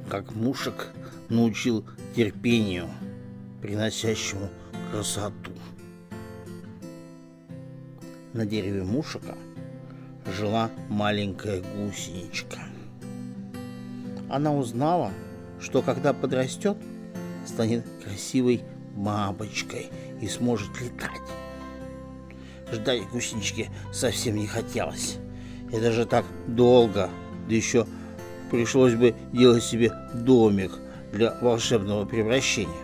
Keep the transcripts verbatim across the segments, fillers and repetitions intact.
как мушек научил терпению, приносящему красоту. На дереве мушека жила маленькая гусеничка. Она узнала, что когда подрастет, станет красивой бабочкой и сможет летать. Ждать гусеничке совсем не хотелось. И даже так долго, да еще пришлось бы делать себе домик для волшебного превращения.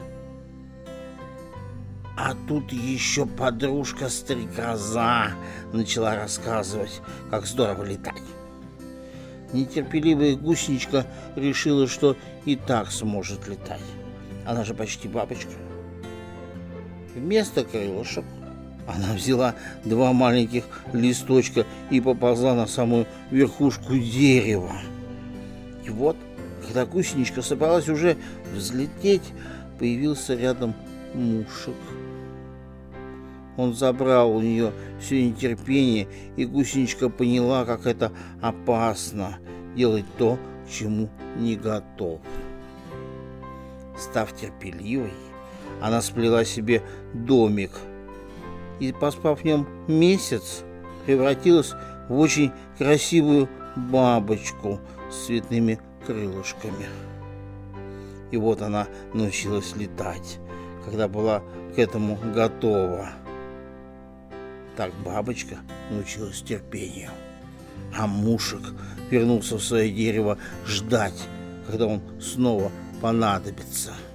А тут еще подружка-стрекоза начала рассказывать, как здорово летать. Нетерпеливая гусеничка решила, что и так сможет летать. Она же почти бабочка. Вместо крылышек она взяла два маленьких листочка и поползла на самую верхушку дерева. И вот, когда гусеничка собралась уже взлететь, появился рядом мушек. Он забрал у нее все нетерпение, и гусеничка поняла, как это опасно делать то, к чему не готов. Став терпеливой, она сплела себе домик и, поспав в нем месяц, превратилась в очень красивую бабочку с цветными крылышками. И вот она научилась летать, когда была к этому готова. Так бабочка научилась терпению, а мушек вернулся в свое дерево ждать, когда он снова понадобится.